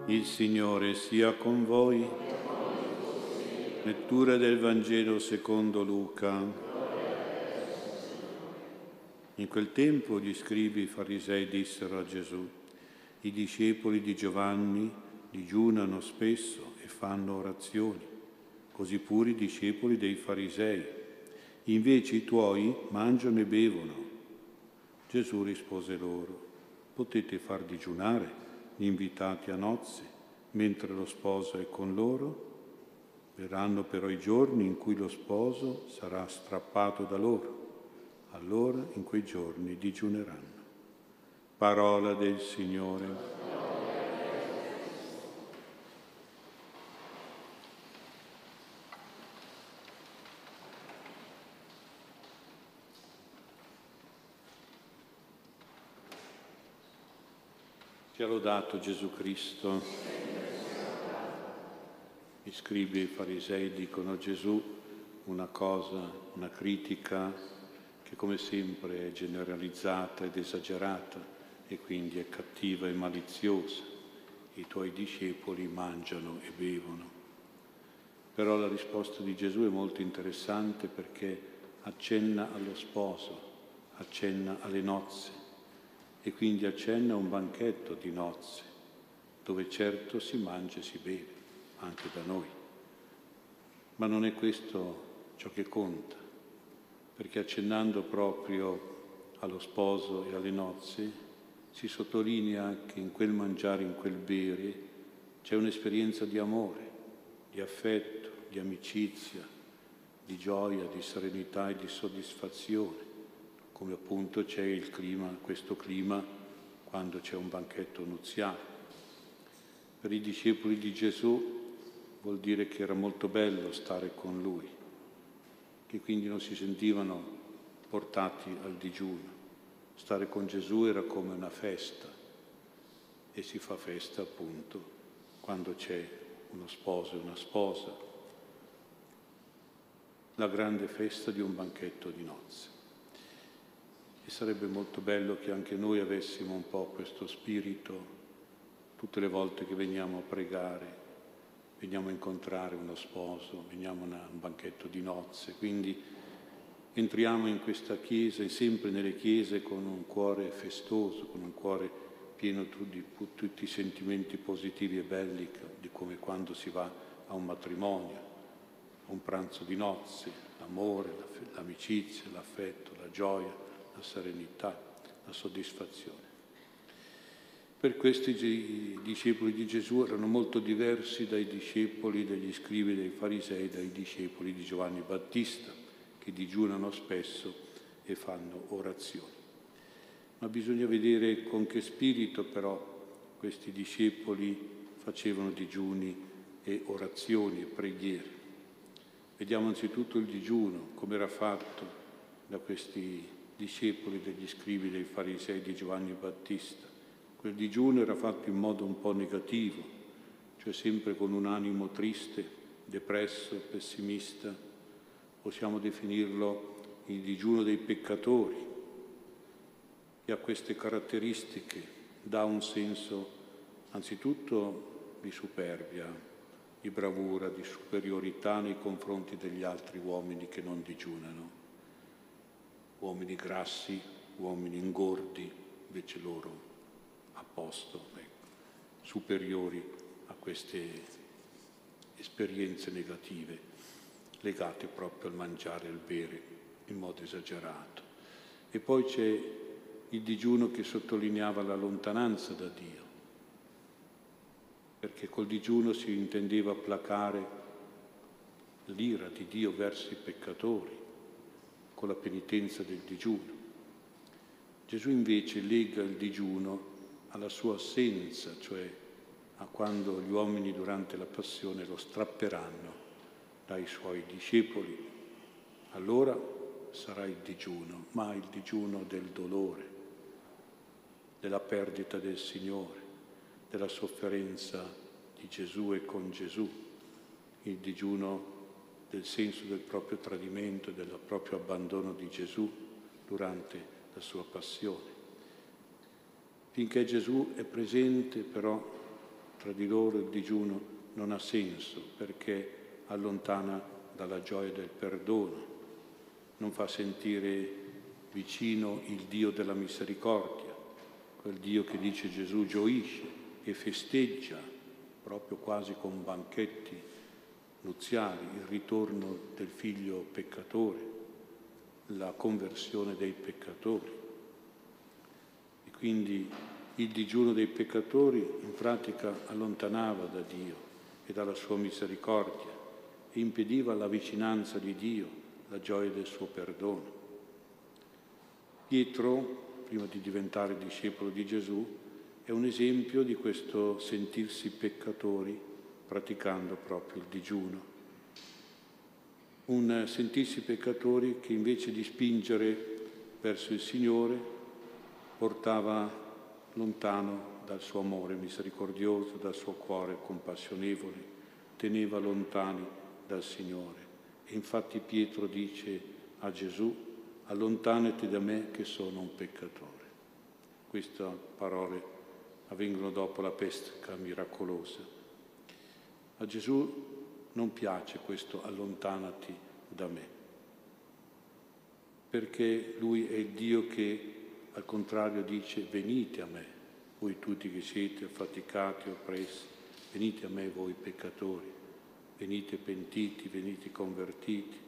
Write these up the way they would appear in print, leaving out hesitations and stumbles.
Il Signore sia con voi. Lettura del Vangelo secondo Luca. In quel tempo gli scribi e i farisei dissero a Gesù: i discepoli di Giovanni digiunano spesso e fanno orazioni, così pure i discepoli dei farisei. Invece i tuoi mangiano e bevono. Gesù rispose loro: potete far digiunare gli invitati a nozze mentre lo sposo è con loro? Verranno però i giorni in cui lo sposo sarà strappato da loro. Allora in quei giorni digiuneranno. Parola del Signore. Sia lodato Gesù Cristo. Gli scribi e i farisei dicono a Gesù una cosa, una critica che come sempre è generalizzata ed esagerata e quindi è cattiva e maliziosa. I tuoi discepoli mangiano e bevono. Però la risposta di Gesù è molto interessante perché accenna allo sposo, accenna alle nozze. E quindi accenna a un banchetto di nozze, dove certo si mangia e si beve, anche da noi. Ma non è questo ciò che conta, perché accennando proprio allo sposo e alle nozze, si sottolinea che in quel mangiare, in quel bere, c'è un'esperienza di amore, di affetto, di amicizia, di gioia, di serenità e di soddisfazione, come appunto c'è il clima, questo clima quando c'è un banchetto nuziale. Per i discepoli di Gesù vuol dire che era molto bello stare con Lui, che quindi non si sentivano portati al digiuno. Stare con Gesù era come una festa e si fa festa appunto quando c'è uno sposo e una sposa, la grande festa di un banchetto di nozze. E sarebbe molto bello che anche noi avessimo un po' questo spirito tutte le volte che veniamo a pregare, veniamo a incontrare uno sposo, veniamo a un banchetto di nozze. Quindi entriamo in questa chiesa e sempre nelle chiese con un cuore festoso, con un cuore pieno di tutti i sentimenti positivi e belli, di come quando si va a un matrimonio, a un pranzo di nozze, l'amore, l'amicizia, l'affetto, la gioia, la serenità, la soddisfazione. Per questo i discepoli di Gesù erano molto diversi dai discepoli degli scribi dei farisei, dai discepoli di Giovanni Battista, che digiunano spesso e fanno orazioni. Ma bisogna vedere con che spirito però questi discepoli facevano digiuni e orazioni e preghiere. Vediamo anzitutto il digiuno, come era fatto da questi discepoli degli scribi dei farisei di Giovanni Battista. Quel digiuno era fatto in modo un po' negativo, cioè sempre con un animo triste, depresso, pessimista. Possiamo definirlo il digiuno dei peccatori, che ha queste caratteristiche, dà un senso anzitutto di superbia, di bravura, di superiorità nei confronti degli altri uomini che non digiunano. Uomini grassi, uomini ingordi, invece loro a posto, superiori a queste esperienze negative legate proprio al mangiare e al bere in modo esagerato. E poi c'è il digiuno che sottolineava la lontananza da Dio, perché col digiuno si intendeva placare l'ira di Dio verso i peccatori, con la penitenza del digiuno. Gesù invece lega il digiuno alla sua assenza, cioè a quando gli uomini durante la passione lo strapperanno dai suoi discepoli. Allora sarà il digiuno, ma il digiuno del dolore, della perdita del Signore, della sofferenza di Gesù e con Gesù, il digiuno del senso del proprio tradimento, del proprio abbandono di Gesù durante la sua passione. Finché Gesù è presente, però, Tra di loro il digiuno non ha senso perché allontana dalla gioia del perdono, non fa sentire vicino il Dio della misericordia, quel Dio che dice Gesù gioisce e festeggia proprio quasi con banchetti nuziali il ritorno del figlio peccatore, la conversione dei peccatori. E quindi il digiuno dei peccatori in pratica allontanava da Dio e dalla sua misericordia e impediva la vicinanza di Dio, la gioia del suo perdono. Pietro, prima di diventare discepolo di Gesù, è un esempio di questo sentirsi peccatori praticando proprio il digiuno. Un sentirsi peccatori che invece di spingere verso il Signore portava lontano dal suo amore misericordioso, dal suo cuore compassionevole, teneva lontani dal Signore. E infatti Pietro dice a Gesù: allontanati da me che sono un peccatore. Queste parole avvengono dopo la pesca miracolosa. A Gesù non piace questo allontanati da me, perché Lui è il Dio che al contrario dice: venite a me, voi tutti che siete affaticati, oppressi, venite a me voi peccatori, venite pentiti, venite convertiti.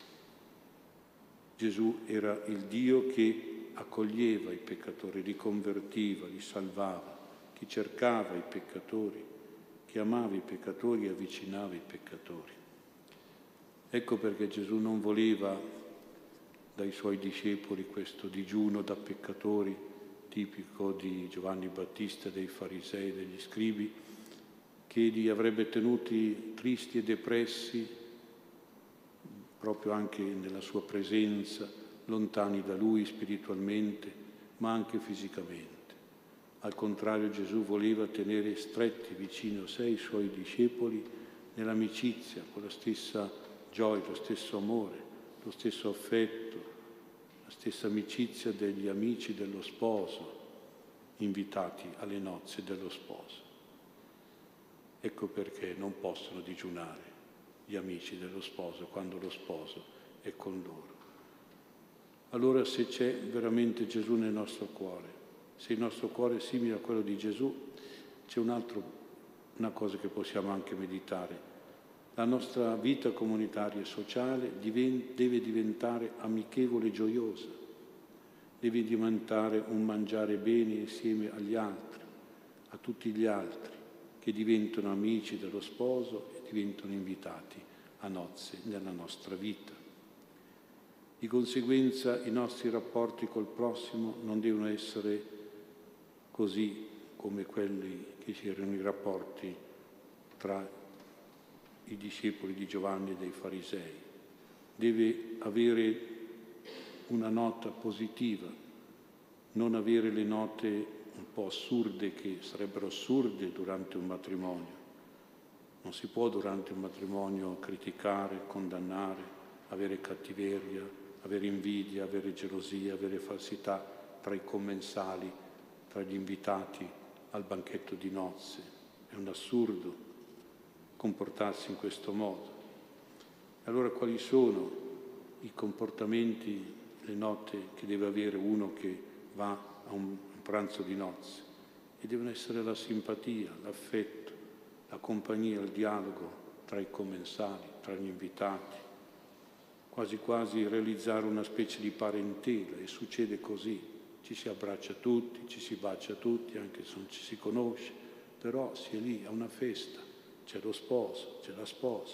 Gesù era il Dio che accoglieva i peccatori, li convertiva, li salvava, che cercava i peccatori, che amava i peccatori e avvicinava i peccatori. Ecco perché Gesù non voleva dai suoi discepoli questo digiuno da peccatori tipico di Giovanni Battista, dei farisei, degli scribi, che li avrebbe tenuti tristi e depressi proprio anche nella sua presenza, lontani da Lui spiritualmente, ma anche fisicamente. Al contrario, Gesù voleva tenere stretti vicino a sé i Suoi discepoli nell'amicizia, con la stessa gioia, lo stesso amore, lo stesso affetto, la stessa amicizia degli amici dello sposo, invitati alle nozze dello sposo. Ecco perché non possono digiunare gli amici dello sposo quando lo sposo è con loro. Allora, se c'è veramente Gesù nel nostro cuore, se il nostro cuore è simile a quello di Gesù, c'è una cosa che possiamo anche meditare. La nostra vita comunitaria e sociale deve diventare amichevole e gioiosa, deve diventare un mangiare bene insieme agli altri, a tutti gli altri, che diventano amici dello sposo e diventano invitati a nozze nella nostra vita. Di conseguenza i nostri rapporti col prossimo non devono essere così come quelli che c'erano i rapporti tra i discepoli di Giovanni e dei farisei. Deve avere una nota positiva, non avere le note un po' assurde che sarebbero assurde durante un matrimonio. Non si può durante un matrimonio criticare, condannare, avere cattiveria, avere invidia, avere gelosia, avere falsità tra i commensali, tra gli invitati al banchetto di nozze. È un assurdo comportarsi in questo modo. Allora quali sono i comportamenti, le note che deve avere uno che va a un pranzo di nozze? E devono essere la simpatia, l'affetto, la compagnia, il dialogo tra i commensali, tra gli invitati, quasi quasi realizzare una specie di parentela, e succede così. Ci si abbraccia tutti, ci si bacia tutti, anche se non ci si conosce, però si è lì a una festa, c'è lo sposo, c'è la sposa.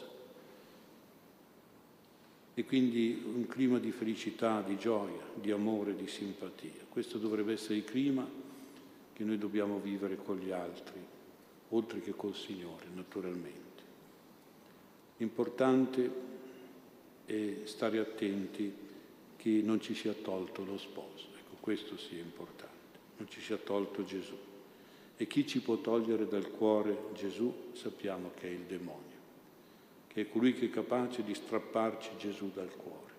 E quindi un clima di felicità, di gioia, di amore, di simpatia. Questo dovrebbe essere il clima che noi dobbiamo vivere con gli altri, oltre che col Signore, naturalmente. L'importante è stare attenti che non ci sia tolto lo sposo. Questo sì è importante, non ci sia tolto Gesù. E chi ci può togliere dal cuore Gesù sappiamo che è il demonio, che è colui che è capace di strapparci Gesù dal cuore.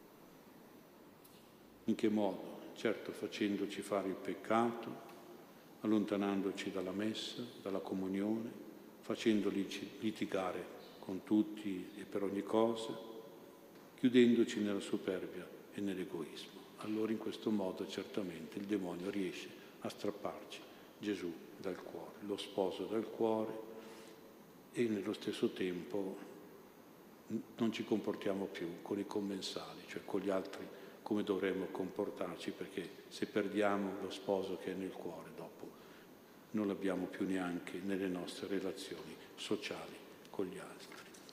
In che modo? Certo facendoci fare il peccato, allontanandoci dalla messa, dalla comunione, facendoli litigare con tutti e per ogni cosa, chiudendoci nella superbia e nell'egoismo. Allora in questo modo certamente il demonio riesce a strapparci Gesù dal cuore, lo sposo dal cuore, e nello stesso tempo non ci comportiamo più con i commensali, cioè con gli altri come dovremmo comportarci, perché se perdiamo lo sposo che è nel cuore, dopo non l'abbiamo più neanche nelle nostre relazioni sociali con gli altri.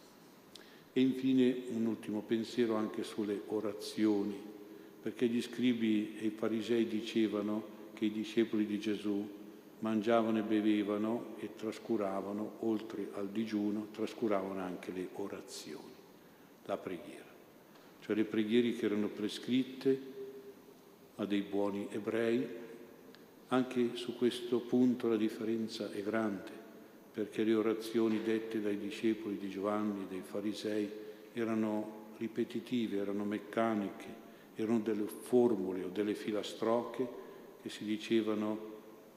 E infine un ultimo pensiero anche sulle orazioni, perché gli scribi e i farisei dicevano che i discepoli di Gesù mangiavano e bevevano e trascuravano, oltre al digiuno, trascuravano anche le orazioni, la preghiera. Cioè le preghiere che erano prescritte a dei buoni ebrei. Anche su questo punto la differenza è grande, perché le orazioni dette dai discepoli di Giovanni, dei farisei, erano ripetitive, erano meccaniche, erano delle formule o delle filastrocche che si dicevano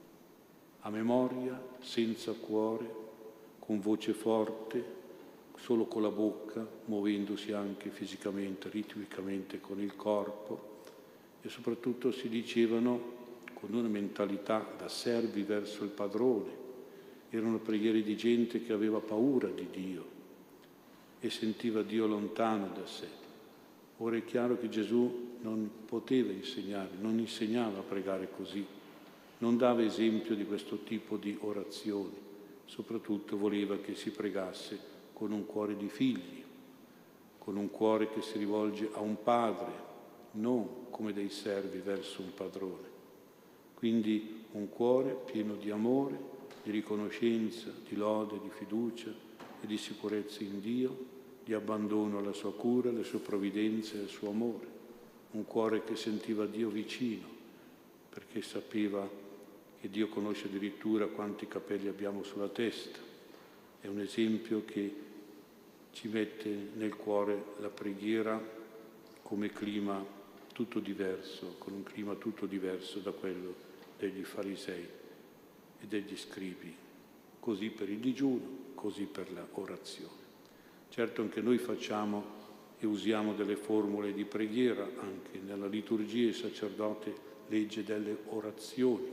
a memoria, senza cuore, con voce forte, solo con la bocca, muovendosi anche fisicamente, ritmicamente con il corpo, e soprattutto si dicevano con una mentalità da servi verso il padrone. Erano preghiere di gente che aveva paura di Dio e sentiva Dio lontano da sé. Ora è chiaro che Gesù non poteva insegnare, non insegnava a pregare così, non dava esempio di questo tipo di orazioni, soprattutto voleva che si pregasse con un cuore di figli, con un cuore che si rivolge a un padre, non come dei servi verso un padrone. Quindi un cuore pieno di amore, di riconoscenza, di lode, di fiducia e di sicurezza in Dio, di abbandono alla sua cura, alle sue provvidenze e al suo amore. Un cuore che sentiva Dio vicino, perché sapeva che Dio conosce addirittura quanti capelli abbiamo sulla testa. È un esempio che ci mette nel cuore la preghiera come clima tutto diverso, con un clima tutto diverso da quello degli farisei e degli scribi, così per il digiuno, così per l'orazione. Certo anche noi facciamo e usiamo delle formule di preghiera, anche nella liturgia il sacerdote legge delle orazioni.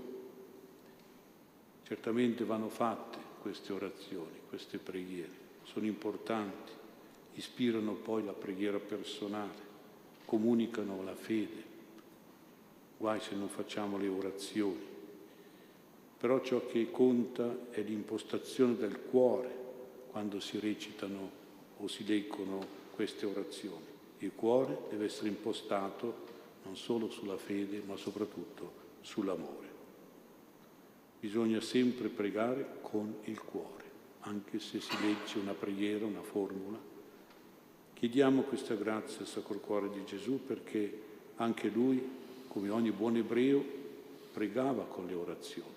Certamente vanno fatte queste orazioni, queste preghiere, sono importanti, ispirano poi la preghiera personale, comunicano la fede. Guai se non facciamo le orazioni. Però ciò che conta è l'impostazione del cuore quando si recitano o si leggono queste orazioni. Il cuore deve essere impostato non solo sulla fede, ma soprattutto sull'amore. Bisogna sempre pregare con il cuore, anche se si legge una preghiera, una formula. Chiediamo questa grazia al Sacro Cuore di Gesù, perché anche Lui, come ogni buon ebreo, pregava con le orazioni,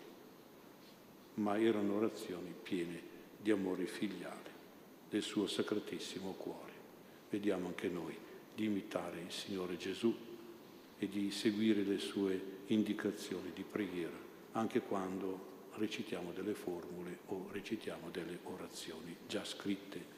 ma erano orazioni piene di amore filiale del suo sacratissimo cuore. Vediamo anche noi di imitare il Signore Gesù e di seguire le sue indicazioni di preghiera, anche quando recitiamo delle formule o recitiamo delle orazioni già scritte